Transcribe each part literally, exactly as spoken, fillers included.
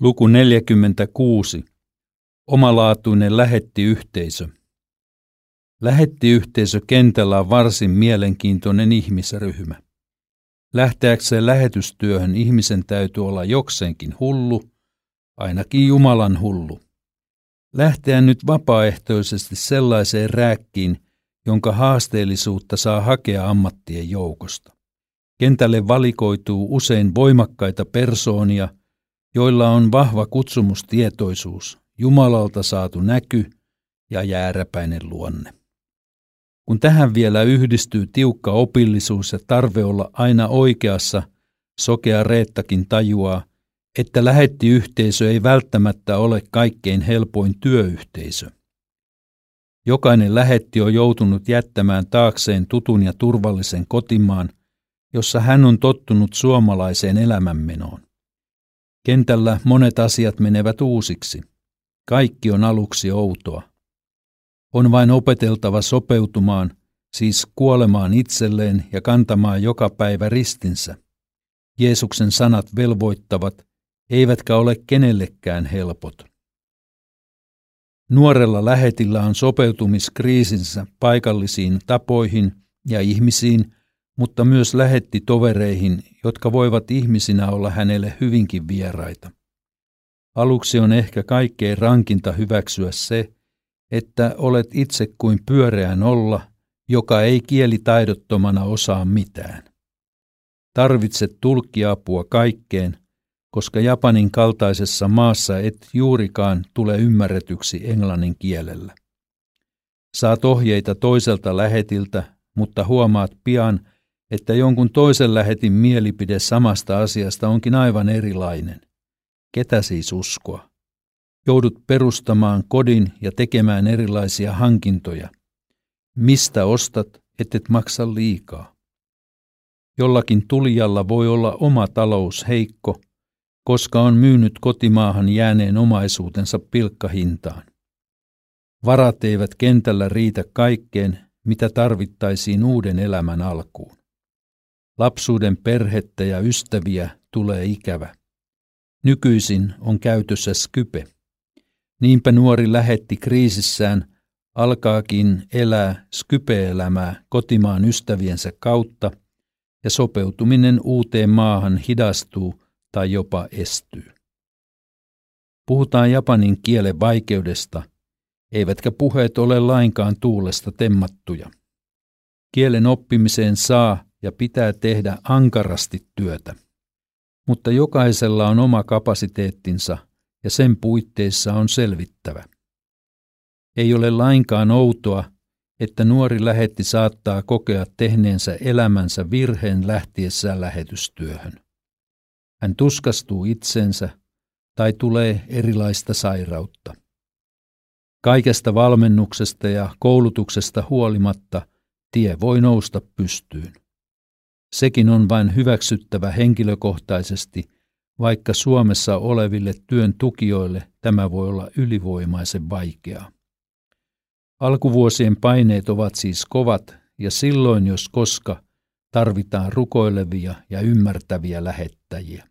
Luku neljäkymmentäkuusi. Omalaatuinen lähettiyhteisö. Lähettiyhteisö kentällä on varsin mielenkiintoinen ihmisryhmä. Lähteäkseen lähetystyöhön ihmisen täytyy olla jokseenkin hullu, ainakin Jumalan hullu. Lähteä nyt vapaaehtoisesti sellaiseen rääkkiin, jonka haasteellisuutta saa hakea ammattien joukosta. Kentälle valikoituu usein voimakkaita persoonia, joilla on vahva kutsumustietoisuus, Jumalalta saatu näky ja jääräpäinen luonne. Kun tähän vielä yhdistyy tiukka opillisuus ja tarve olla aina oikeassa, sokea Reettakin tajuaa, että lähettiyhteisö ei välttämättä ole kaikkein helpoin työyhteisö. Jokainen lähetti on joutunut jättämään taakseen tutun ja turvallisen kotimaan, jossa hän on tottunut suomalaiseen elämänmenoon. Kentällä monet asiat menevät uusiksi. Kaikki on aluksi outoa. On vain opeteltava sopeutumaan, siis kuolemaan itselleen ja kantamaan joka päivä ristinsä. Jeesuksen sanat velvoittavat, eivätkä ole kenellekään helpot. Nuorella lähetillä on sopeutumiskriisinsä paikallisiin tapoihin ja ihmisiin, mutta myös lähettitovereihin, jotka voivat ihmisinä olla hänelle hyvinkin vieraita. Aluksi on ehkä kaikkein rankinta hyväksyä se, että olet itse kuin pyöreä nolla, joka ei kielitaidottomana osaa mitään. Tarvitset tulkkiapua kaikkeen, koska Japanin kaltaisessa maassa et juurikaan tule ymmärretyksi englannin kielellä. Saat ohjeita toiselta lähetiltä, mutta huomaat pian, että jonkun toisen lähetin mielipide samasta asiasta onkin aivan erilainen. Ketä siis uskoa? Joudut perustamaan kodin ja tekemään erilaisia hankintoja. Mistä ostat, ettet maksa liikaa? Jollakin tulijalla voi olla oma talous heikko, koska on myynyt kotimaahan jääneen omaisuutensa pilkkahintaan. Varat eivät kentällä riitä kaikkeen, mitä tarvittaisiin uuden elämän alkuun. Lapsuuden perhettä ja ystäviä tulee ikävä. Nykyisin on käytössä Skype. Niinpä nuori lähetti kriisissään alkaakin elää Skype-elämää kotimaan ystäviensä kautta, ja sopeutuminen uuteen maahan hidastuu tai jopa estyy. Puhutaan japanin kielen vaikeudesta, eivätkä puheet ole lainkaan tuulesta temmattuja. Kielen oppimiseen saa ja pitää tehdä ankarasti työtä, mutta jokaisella on oma kapasiteettinsa ja sen puitteissa on selvittävä. Ei ole lainkaan outoa, että nuori lähetti saattaa kokea tehneensä elämänsä virheen lähtiessään lähetystyöhön. Hän tuskastuu itsensä tai tulee erilaista sairautta. Kaikesta valmennuksesta ja koulutuksesta huolimatta tie voi nousta pystyyn. Sekin on vain hyväksyttävä henkilökohtaisesti, vaikka Suomessa oleville työn tukijoille tämä voi olla ylivoimaisen vaikeaa. Alkuvuosien paineet ovat siis kovat, ja silloin jos koska tarvitaan rukoilevia ja ymmärtäviä lähettäjiä.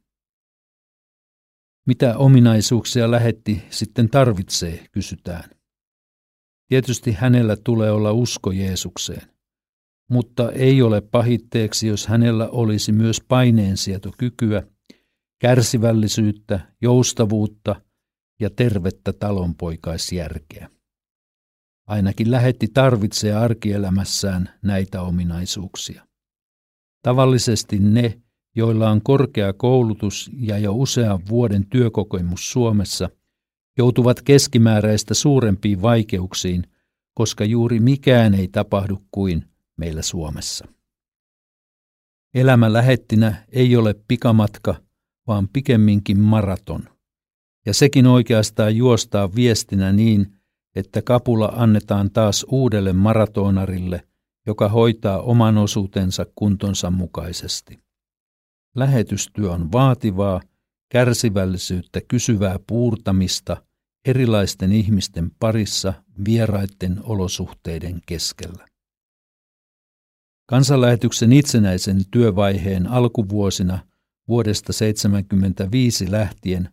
Mitä ominaisuuksia lähetti sitten tarvitsee, kysytään. Tietysti hänellä tulee olla usko Jeesukseen, mutta ei ole pahitteeksi, jos hänellä olisi myös paineensietokykyä, kärsivällisyyttä, joustavuutta ja tervettä talonpoikaisjärkeä. Ainakin lähetti tarvitsee arkielämässään näitä ominaisuuksia. Tavallisesti ne, joilla on korkea koulutus ja jo usean vuoden työkokemus Suomessa, joutuvat keskimääräistä suurempiin vaikeuksiin, koska juuri mikään ei tapahdu kuin meillä Suomessa. Elämä lähettinä ei ole pikamatka, vaan pikemminkin maraton. Ja sekin oikeastaan juostaa viestinä niin, että kapula annetaan taas uudelle maratonarille, joka hoitaa oman osuutensa kuntonsa mukaisesti. Lähetystyö on vaativaa, kärsivällisyyttä kysyvää puurtamista erilaisten ihmisten parissa vieraiden olosuhteiden keskellä. Kansanlähetyksen itsenäisen työvaiheen alkuvuosina vuodesta seitsemänkymmentäviisi lähtien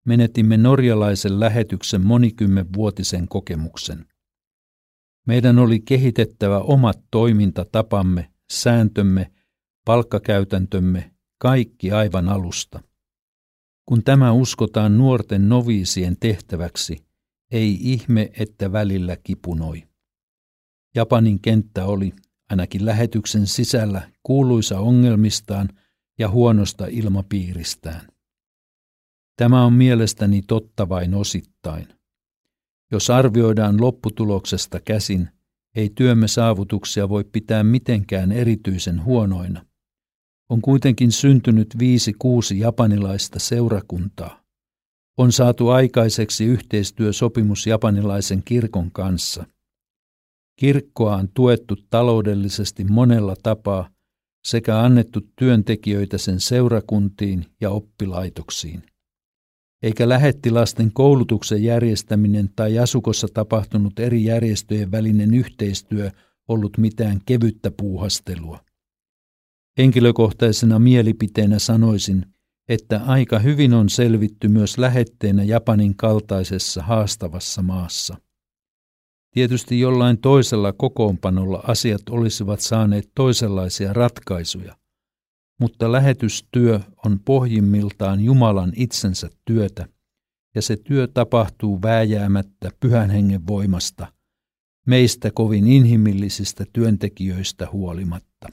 menetimme norjalaisen lähetyksen monikymmenvuotisen kokemuksen. Meidän oli kehitettävä omat toimintatapamme, sääntömme, palkkakäytäntömme, kaikki aivan alusta. Kun tämä uskotaan nuorten noviisien tehtäväksi, ei ihme, että välillä kipunoi. Japanin kenttä oli, ainakin lähetyksen sisällä, kuuluisa ongelmistaan ja huonosta ilmapiiristään. Tämä on mielestäni totta vain osittain. Jos arvioidaan lopputuloksesta käsin, ei työmme saavutuksia voi pitää mitenkään erityisen huonoina. On kuitenkin syntynyt viisi kuusi japanilaista seurakuntaa. On saatu aikaiseksi yhteistyösopimus japanilaisen kirkon kanssa. Kirkkoa on tuettu taloudellisesti monella tapaa sekä annettu työntekijöitä sen seurakuntiin ja oppilaitoksiin. Eikä lähettilästen koulutuksen järjestäminen tai Yasukossa tapahtunut eri järjestöjen välinen yhteistyö ollut mitään kevyttä puuhastelua. Henkilökohtaisena mielipiteenä sanoisin, että aika hyvin on selvitty myös lähetteenä Japanin kaltaisessa haastavassa maassa. Tietysti jollain toisella kokoonpanolla asiat olisivat saaneet toisenlaisia ratkaisuja, mutta lähetystyö on pohjimmiltaan Jumalan itsensä työtä, ja se työ tapahtuu vääjäämättä Pyhän Hengen voimasta, meistä kovin inhimillisistä työntekijöistä huolimatta.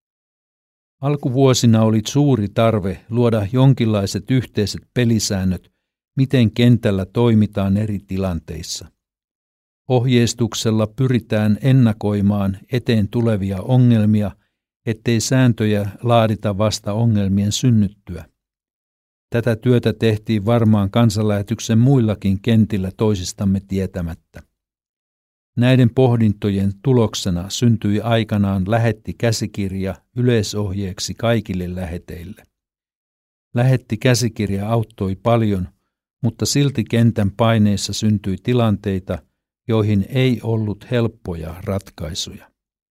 Alkuvuosina oli suuri tarve luoda jonkinlaiset yhteiset pelisäännöt, miten kentällä toimitaan eri tilanteissa. Ohjeistuksella pyritään ennakoimaan eteen tulevia ongelmia, ettei sääntöjä laadita vasta ongelmien synnyttyä. Tätä työtä tehtiin varmaan kansanlähetyksen muillakin kentillä toisistamme tietämättä. Näiden pohdintojen tuloksena syntyi aikanaan lähettikäsikirja yleisohjeeksi kaikille läheteille. Lähettikäsikirja auttoi paljon, mutta silti kentän paineissa syntyi tilanteita, joihin ei ollut helppoja ratkaisuja.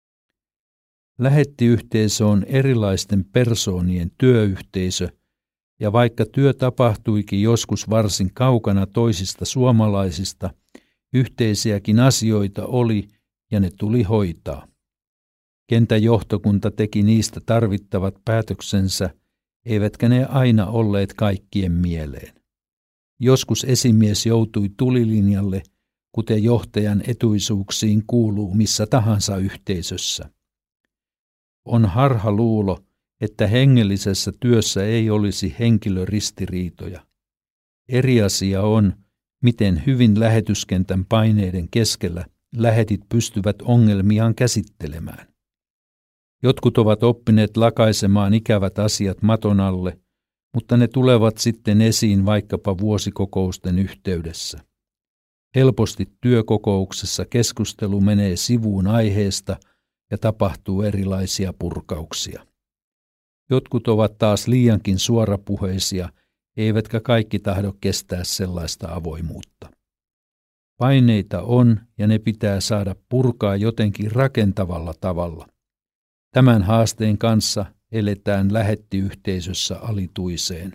Lähettiyhteisö on erilaisten persoonien työyhteisö, ja vaikka työ tapahtuikin joskus varsin kaukana toisista suomalaisista, yhteisiäkin asioita oli ja ne tuli hoitaa. Kentän johtokunta teki niistä tarvittavat päätöksensä, eivätkä ne aina olleet kaikkien mieleen. Joskus esimies joutui tulilinjalle, kuten johtajan etuisuuksiin kuuluu missä tahansa yhteisössä. On harhaluulo, että hengellisessä työssä ei olisi henkilöristiriitoja. Eri asia on, miten hyvin lähetyskentän paineiden keskellä lähetit pystyvät ongelmiaan käsittelemään. Jotkut ovat oppineet lakaisemaan ikävät asiat maton alle, mutta ne tulevat sitten esiin vaikkapa vuosikokousten yhteydessä. Helposti työkokouksessa keskustelu menee sivuun aiheesta ja tapahtuu erilaisia purkauksia. Jotkut ovat taas liiankin suorapuheisia, eivätkä kaikki tahdo kestää sellaista avoimuutta. Paineita on ja ne pitää saada purkaa jotenkin rakentavalla tavalla. Tämän haasteen kanssa eletään lähettiyhteisössä alituiseen.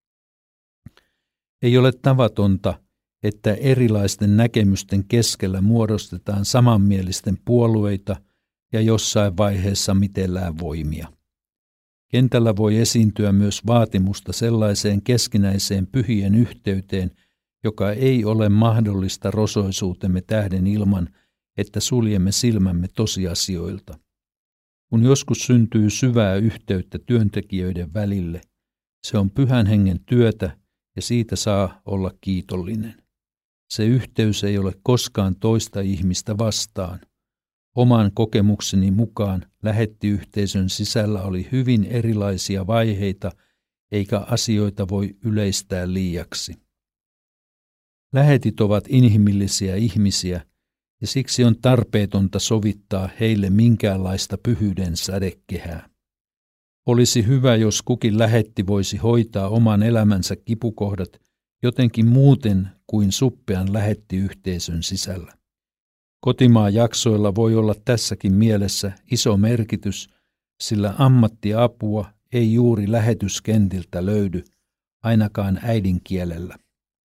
Ei ole tavatonta, että erilaisten näkemysten keskellä muodostetaan samanmielisten puolueita ja jossain vaiheessa mitellään voimia. Kentällä voi esiintyä myös vaatimusta sellaiseen keskinäiseen pyhien yhteyteen, joka ei ole mahdollista rosoisuutemme tähden ilman, että suljemme silmämme tosiasioilta. Kun joskus syntyy syvää yhteyttä työntekijöiden välille, se on Pyhän Hengen työtä ja siitä saa olla kiitollinen. Se yhteys ei ole koskaan toista ihmistä vastaan. Oman kokemukseni mukaan lähettiyhteisön sisällä oli hyvin erilaisia vaiheita, eikä asioita voi yleistää liiaksi. Lähetit ovat inhimillisiä ihmisiä, ja siksi on tarpeetonta sovittaa heille minkäänlaista pyhyyden sädekehää. Olisi hyvä, jos kukin lähetti voisi hoitaa oman elämänsä kipukohdat jotenkin muuten kuin suppean lähettiyhteisön sisällä. Kotimaan jaksoilla voi olla tässäkin mielessä iso merkitys, sillä ammattiapua ei juuri lähetyskentiltä löydy, ainakaan äidinkielellä.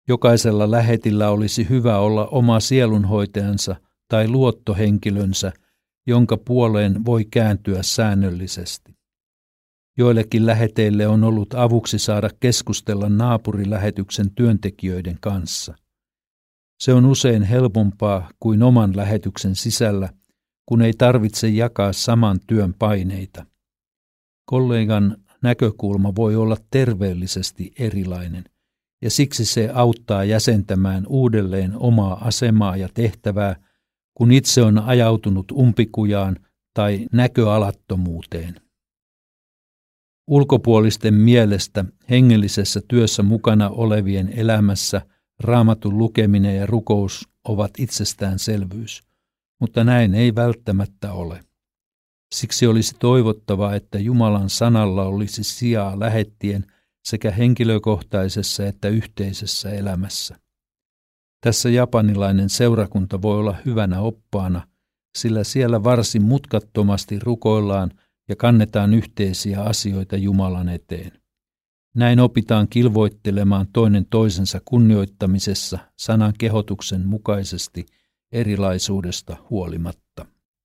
Jokaisella lähetillä olisi hyvä olla oma sielunhoitajansa tai luottohenkilönsä, jonka puoleen voi kääntyä säännöllisesti. Joillekin läheteille on ollut avuksi saada keskustella naapurilähetyksen työntekijöiden kanssa. Se on usein helpompaa kuin oman lähetyksen sisällä, kun ei tarvitse jakaa saman työn paineita. Kollegan näkökulma voi olla terveellisesti erilainen, ja siksi se auttaa jäsentämään uudelleen omaa asemaa ja tehtävää, kun itse on ajautunut umpikujaan tai näköalattomuuteen. Ulkopuolisten mielestä hengellisessä työssä mukana olevien elämässä Raamatun lukeminen ja rukous ovat itsestäänselvyys, mutta näin ei välttämättä ole. Siksi olisi toivottavaa, että Jumalan sanalla olisi sijaa lähettien sekä henkilökohtaisessa että yhteisessä elämässä. Tässä japanilainen seurakunta voi olla hyvänä oppaana, sillä siellä varsin mutkattomasti rukoillaan ja kannetaan yhteisiä asioita Jumalan eteen. Näin opitaan kilvoittelemaan toinen toisensa kunnioittamisessa sanan kehotuksen mukaisesti erilaisuudesta huolimatta.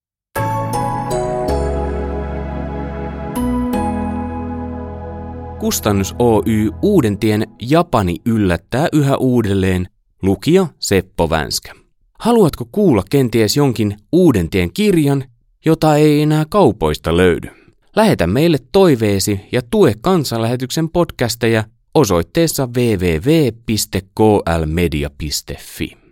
Kustannus Oy Uudentien Japani yllättää yhä uudelleen, lukija Seppo Vänskä. Haluatko kuulla kenties jonkin Uudentien kirjan, jota ei enää kaupoista löydy? Lähetä meille toiveesi ja tue Kansanlähetyksen podcasteja osoitteessa double-u double-u double-u piste k l media piste f i.